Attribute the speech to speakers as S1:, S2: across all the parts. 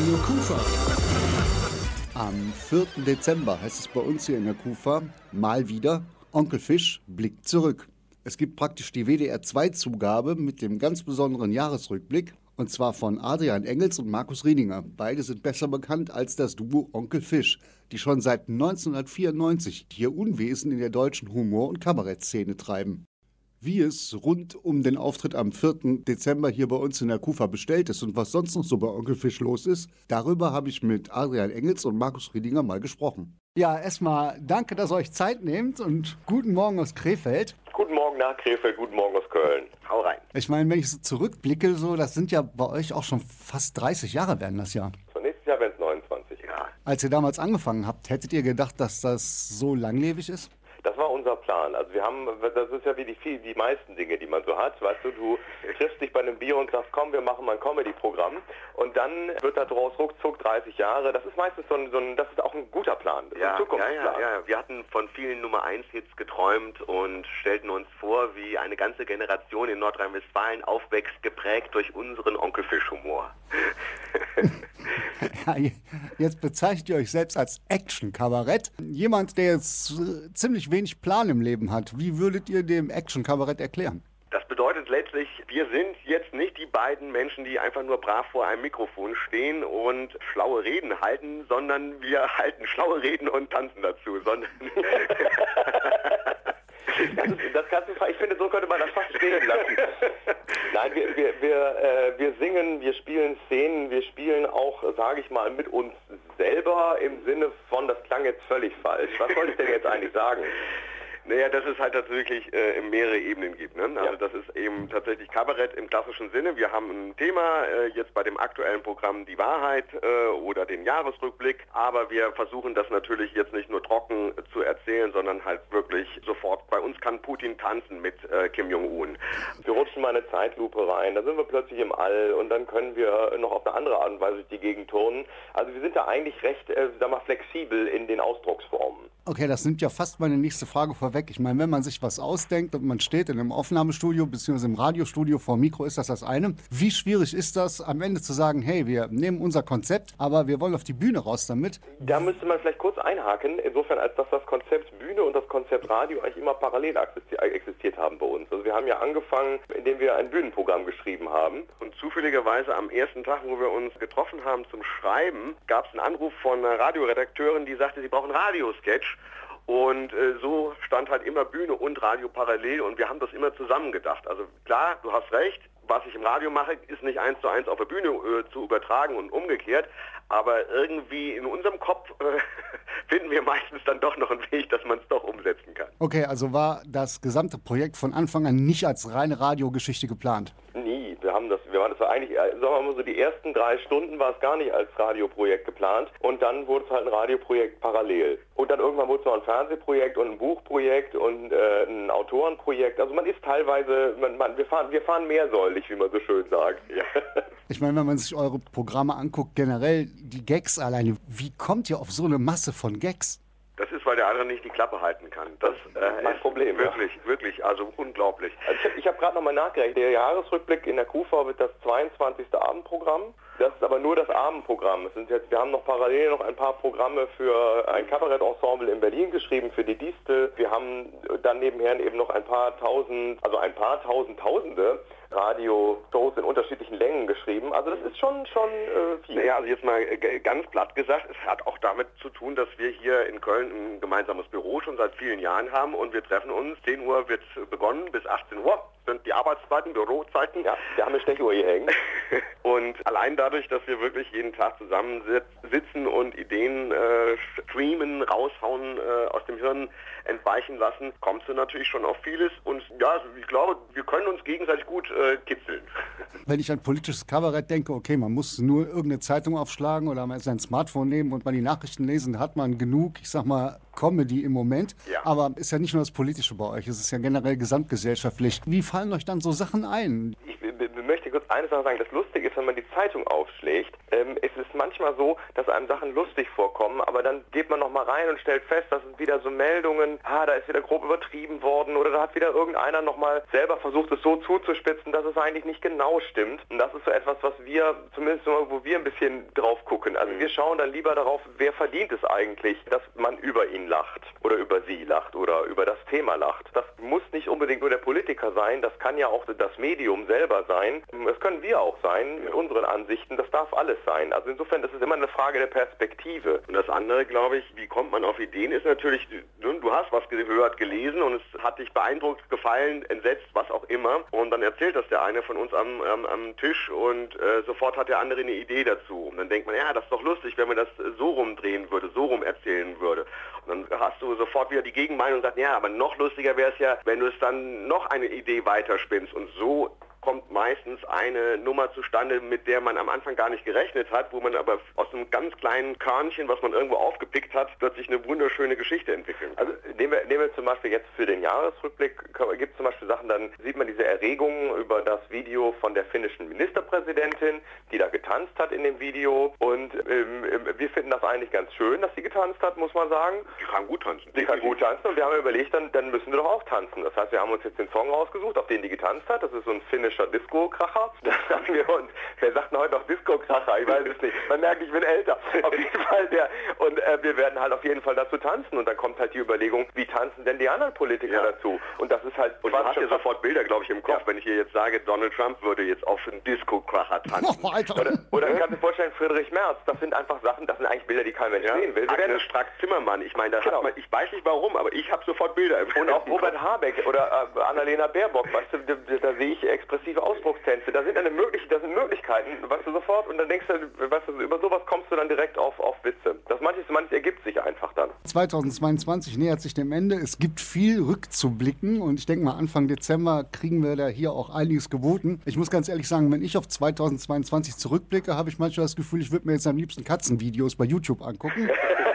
S1: Radio Kufa.
S2: Am 4. Dezember heißt es bei uns hier in der Kufa mal wieder, Onkel Fisch blickt zurück. Es gibt praktisch die WDR-2-Zugabe mit dem ganz besonderen Jahresrückblick, und zwar von Adrian Engels und Markus Riedinger. Beide sind besser bekannt als das Duo Onkel Fisch, die schon seit 1994 ihr Unwesen in der deutschen Humor- und Kabarettszene treiben. Wie es rund um den Auftritt am 4. Dezember hier bei uns in der Kufa bestellt ist und was sonst noch so bei Onkel Fisch los ist, darüber habe ich mit Adrian Engels und Markus Riedinger mal gesprochen. Ja, erstmal danke, dass ihr euch Zeit nehmt und guten Morgen aus Krefeld.
S3: Guten Morgen nach Krefeld, guten Morgen aus Köln. Hau rein.
S2: Ich meine, wenn ich so zurückblicke, so, das sind ja bei euch auch schon fast 30 Jahre werden das Jahr.
S3: So, nächstes Jahr werden es 29 Jahre.
S2: Als ihr damals angefangen habt, hättet ihr gedacht, dass das so langlebig ist?
S3: Das war unser Plan. Also das ist ja wie die meisten Dinge, die man so hat. Weißt du triffst dich bei einem Bier und sagst, komm, wir machen mal ein Comedy-Programm. Und dann wird da draus ruckzuck 30 Jahre. Das ist meistens das ist auch ein guter Plan. Das ist ein Zukunftsplan.
S4: Ja. Wir hatten von vielen Nummer-1-Hits geträumt und stellten uns vor, wie eine ganze Generation in Nordrhein-Westfalen aufwächst, geprägt durch unseren Onkel Fisch-Humor.
S2: Ja, jetzt bezeichnet ihr euch selbst als Action-Kabarett. Jemand, der jetzt ziemlich wenig Plan im Leben hat, wie würdet ihr dem Action-Kabarett erklären?
S4: Das bedeutet letztlich, wir sind jetzt nicht die beiden Menschen, die einfach nur brav vor einem Mikrofon stehen und schlaue Reden halten, sondern wir halten schlaue Reden und tanzen dazu, sondern...
S3: Ich finde, so könnte man das fast stehen lassen. Nein, wir singen, wir spielen Szenen, wir spielen auch, sage ich mal, mit uns selber im Sinne von, das klang jetzt völlig falsch. Was wollte ich denn jetzt eigentlich sagen?
S4: Naja, dass es halt tatsächlich mehrere Ebenen gibt. Ne? Also das ist eben tatsächlich Kabarett im klassischen Sinne. Wir haben ein Thema, jetzt bei dem aktuellen Programm die Wahrheit oder den Jahresrückblick, aber wir versuchen das natürlich jetzt nicht nur trocken zu erzählen, sondern halt wirklich sofort. Bei uns kann Putin tanzen mit Kim Jong-un.
S3: Wir rutschen mal eine Zeitlupe rein, dann sind wir plötzlich im All und dann können wir noch auf eine andere Art und Weise durch die Gegend turnen. Also wir sind da eigentlich recht, flexibel in den Ausdrucksformen.
S2: Okay, das nimmt ja fast meine nächste Frage vorweg. Ich meine, wenn man sich was ausdenkt und man steht in einem Aufnahmestudio bzw. im Radiostudio vor dem Mikro, ist das eine. Wie schwierig ist das, am Ende zu sagen, hey, wir nehmen unser Konzept, aber wir wollen auf die Bühne raus damit?
S3: Da müsste man vielleicht kurz einhaken, insofern als dass das Konzept Bühne und das Konzept Radio eigentlich immer parallel existiert haben bei uns. Also wir haben ja angefangen, indem wir ein Bühnenprogramm geschrieben haben.
S4: Und zufälligerweise am ersten Tag, wo wir uns getroffen haben zum Schreiben, gab es einen Anruf von einer Radioredakteurin, die sagte, sie brauchen einen Radiosketch. Und so stand halt immer Bühne und Radio parallel und wir haben das immer zusammen gedacht. Also klar, du hast recht, was ich im Radio mache, ist nicht 1:1 auf der Bühne zu übertragen und umgekehrt, aber irgendwie in unserem Kopf finden wir meistens dann doch noch einen Weg, dass man es doch umsetzen kann.
S2: Okay, also war das gesamte Projekt von Anfang an nicht als reine Radiogeschichte geplant?
S3: Nie. Wir waren das eigentlich, sagen wir mal so, die ersten 3 Stunden war es gar nicht als Radioprojekt geplant und dann wurde es halt ein Radioprojekt parallel. Und dann irgendwann wurde es noch ein Fernsehprojekt und ein Buchprojekt und ein Autorenprojekt. Also man ist teilweise, wir fahren mehrsäulig, wie man so schön sagt. Ja.
S2: Ich meine, wenn man sich eure Programme anguckt, generell die Gags alleine, wie kommt ihr auf so eine Masse von Gags?
S4: Das ist, weil der andere nicht die Klappe halten kann. Das
S3: mein Problem.
S4: Wirklich, also unglaublich.
S3: Also ich habe gerade nochmal nachgerechnet. Der Jahresrückblick in der Kufa wird das 22. Abendprogramm. Das ist aber nur das Abendprogramm. Wir haben noch parallel noch ein paar Programme für ein Kabarettensemble in Berlin geschrieben, für die Distel. Wir haben dann nebenher eben noch ein paar Tausende Radio-Shows in unterschiedlichen Längen geschrieben. Also das ist schon viel.
S4: Naja, also jetzt mal ganz platt gesagt, es hat auch damit zu tun, dass wir hier in Köln ein gemeinsames Büro schon seit vielen Jahren haben und wir treffen uns. 10 Uhr wird begonnen, bis 18 Uhr sind die Arbeitszeiten, Bürozeiten.
S3: Ja, wir haben eine Stechuhr hier hängen.
S4: Und allein dadurch, dass wir wirklich jeden Tag zusammen sitzen und Ideen streamen, raushauen, aus dem Hirn entweichen lassen, kommst du natürlich schon auf vieles. Und ja, ich glaube, wir können uns gegenseitig gut kitzeln.
S2: Wenn ich an politisches Kabarett denke, okay, man muss nur irgendeine Zeitung aufschlagen oder mal sein Smartphone nehmen und mal die Nachrichten lesen, da hat man genug, ich sag mal, Comedy im Moment.
S4: Ja.
S2: Aber ist ja nicht nur das Politische bei euch, es ist ja generell gesamtgesellschaftlich. Wie fallen euch dann so Sachen ein?
S3: Ich möchte kurz eine Sache sagen, das Lustige ist, wenn man die Zeitung aufschlägt, es ist manchmal so, dass einem Sachen lustig vorkommen, aber dann geht man nochmal rein und stellt fest, dass es wieder so Meldungen, da ist wieder grob übertrieben worden oder da hat wieder irgendeiner nochmal selber versucht, es so zuzuspitzen, dass es eigentlich nicht genau stimmt. Und das ist so etwas, was wir, zumindest so, wo wir ein bisschen drauf gucken. Also wir schauen dann lieber darauf, wer verdient es eigentlich, dass man über ihn lacht oder über sie lacht oder über das Thema lacht. Das muss nicht unbedingt nur der Politiker sein, das kann ja auch das Medium selber sein. Das können wir auch sein mit unseren Ansichten, das darf alles sein. Also insofern, das ist immer eine Frage der Perspektive.
S4: Und das andere, glaube ich, wie kommt man auf Ideen, ist natürlich, du hast was gehört, gelesen und es hat dich beeindruckt, gefallen, entsetzt, was auch immer. Und dann erzählt das der eine von uns am Tisch und sofort hat der andere eine Idee dazu. Und dann denkt man, ja, das ist doch lustig, wenn man das so rumdrehen würde, so rum erzählen würde. Und dann hast du sofort wieder die Gegenmeinung und sagst, ja, aber noch lustiger wäre es ja, wenn du es dann noch eine Idee weiterspinnst. Und so kommt meistens eine Nummer zustande, mit der man am Anfang gar nicht gerechnet hat, wo man aber aus einem ganz kleinen Körnchen, was man irgendwo aufgepickt hat, plötzlich eine wunderschöne Geschichte entwickeln kann.
S3: Also nehmen wir zum Beispiel jetzt für den Jahresrückblick, gibt es zum Beispiel Sachen, dann sieht man diese Erregung über das Video von der finnischen Ministerpräsidentin, die da getanzt hat in dem Video und wir finden das eigentlich ganz schön, dass sie getanzt hat, muss man sagen.
S4: Die kann gut tanzen.
S3: Die kann gut tanzen und wir haben überlegt, dann müssen wir doch auch tanzen. Das heißt, wir haben uns jetzt den Song rausgesucht, auf den die getanzt hat. Das ist so ein finnischer Disco-Kracher. Da sagen wir uns, wer sagt denn heute noch Disco-Kracher? Ich weiß es nicht. Man merkt, ich bin älter. Auf jeden Fall und wir werden halt auf jeden Fall dazu tanzen und dann kommt halt die Überlegung, wie tanzen denn die anderen Politiker dazu? Und das ist halt...
S4: Und du hast ja sofort Bilder, glaube ich, im Kopf, wenn ich hier jetzt sage, Donald Trump würde jetzt auf einen Disco-Kracher tanzen.
S3: Oder kannst du dir vorstellen, Friedrich Merz, das sind einfach Sachen, das sind eigentlich Bilder, die kein Mensch sehen will.
S4: Agnes Strack-Zimmermann, ich meine, ich weiß nicht warum, aber ich habe sofort Bilder im Kopf.
S3: Und auch Robert Habeck oder Annalena Baerbock, weißt du, da sehe ich expressive Ausdruckstänze. Das sind Möglichkeiten, weißt du, sofort und dann denkst du, weißt du, über sowas kommst du dann direkt auf Witze. Manches ergibt sich einfach dann.
S2: 2022 nähert sich dem Ende. Es gibt viel rückzublicken und ich denke mal, Anfang Dezember kriegen wir da hier auch einiges geboten. Ich muss ganz ehrlich sagen, wenn ich auf 2022 zurückblicke, habe ich manchmal das Gefühl, ich würde mir jetzt am liebsten Katzenvideos bei YouTube angucken.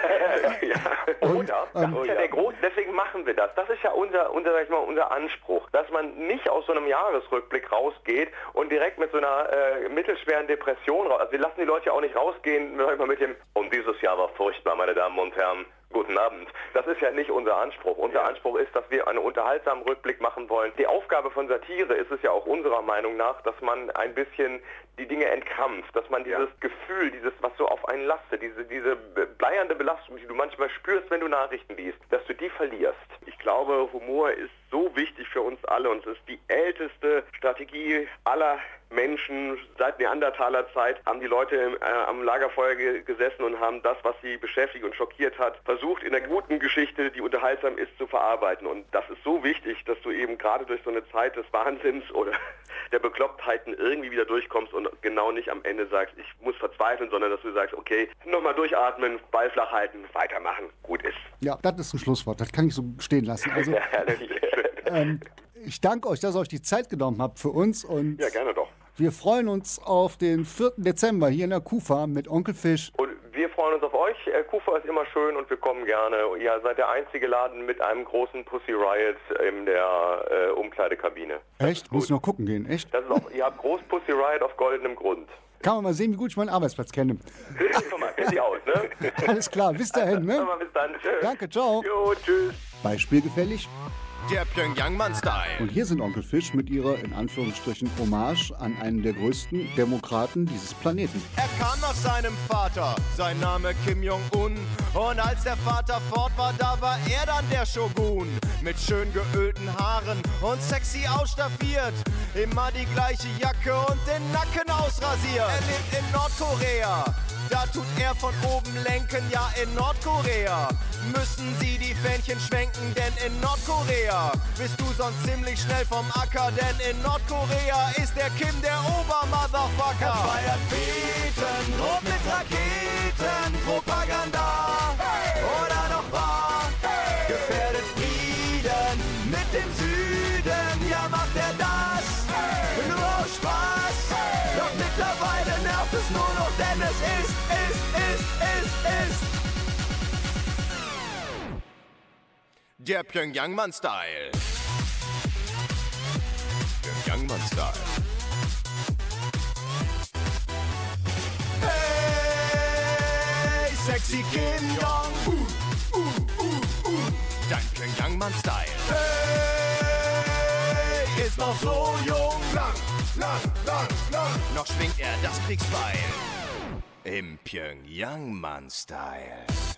S3: Deswegen machen wir das. Das ist ja unser Anspruch, dass man nicht aus so einem Jahresrückblick rausgeht und direkt mit so einer mittelschweren Depression raus. Also wir lassen die Leute ja auch nicht rausgehen mit dem und dieses Jahr war furchtbar, meine Damen und Herren. Guten Abend. Das ist ja nicht unser Anspruch. Unser Anspruch ist, dass wir einen unterhaltsamen Rückblick machen wollen. Die Aufgabe von Satire ist es ja auch unserer Meinung nach, dass man ein bisschen die Dinge entkrampft, dass man dieses Gefühl, was so auf einen lastet, diese bleiernde Belastung, die du manchmal spürst, wenn du Nachrichten liest, dass du die verlierst.
S4: Ich glaube, Humor ist so wichtig für uns alle und es ist die älteste Strategie aller Menschen. Seit Neandertaler Zeit haben die Leute am Lagerfeuer gesessen und haben das, was sie beschäftigt und schockiert hat, versucht in einer guten Geschichte, die unterhaltsam ist, zu verarbeiten. Und das ist so wichtig, dass du eben gerade durch so eine Zeit des Wahnsinns oder der Beklopptheiten irgendwie wieder durchkommst und genau nicht am Ende sagst, ich muss verzweifeln, sondern dass du sagst, okay, nochmal durchatmen, Ball flach halten, weitermachen, gut ist.
S2: Ja, das ist ein Schlusswort, das kann ich so stehen lassen. Also, ich danke euch, dass ihr euch die Zeit genommen habt für uns. Und
S4: ja, gerne doch.
S2: Wir freuen uns auf den 4. Dezember hier in der KUFA mit Onkel Fisch.
S3: Und wir freuen uns auf euch. KUFA ist immer schön und wir kommen gerne. Ihr seid der einzige Laden mit einem großen Pussy Riot in der Umkleidekabine.
S2: Echt? Muss ich noch gucken gehen, echt?
S3: Das ist auch, ihr habt groß Pussy Riot auf goldenem Grund.
S2: Kann man mal sehen, wie gut ich meinen Arbeitsplatz kenne.
S3: Guck mal, kennt ihr aus, ne?
S2: Alles klar, bis dahin, ne?
S3: Bis dann, tschüss.
S2: Danke, ciao.
S3: Jo, tschüss.
S2: Beispiel gefällig?
S1: Der Pyongyang-Mann-Style.
S2: Und hier sind Onkel Fisch mit ihrer, in Anführungsstrichen, Hommage an einen der größten Demokraten dieses Planeten.
S1: Er kam nach seinem Vater, sein Name Kim Jong-un. Und als der Vater fort war, da war er dann der Shogun. Mit schön geölten Haaren und sexy ausstaffiert. Immer die gleiche Jacke und den Nacken ausrasiert. Er lebt in Nordkorea. Da tut er von oben lenken, ja in Nordkorea müssen sie die Fähnchen schwenken, denn in Nordkorea bist du sonst ziemlich schnell vom Acker, denn in Nordkorea ist der Kim der Obermotherfucker. Er feiert Feten, droht mit Raketen, Propaganda oder noch wahr, gefährdet Frieden mit dem Süden, ja macht er das, nur aus Spaß, doch mittlerweile nervt es nur noch, denn es ist. Der Pyongyang-Mann-Style. Pyongyang-Mann-Style. Sie Kim Jong, dein Pyongyang-Mann-Style. Hey, ist noch so jung, lang, noch schwingt er das Kriegsbeil. Im Pyongyang-Mann-Style.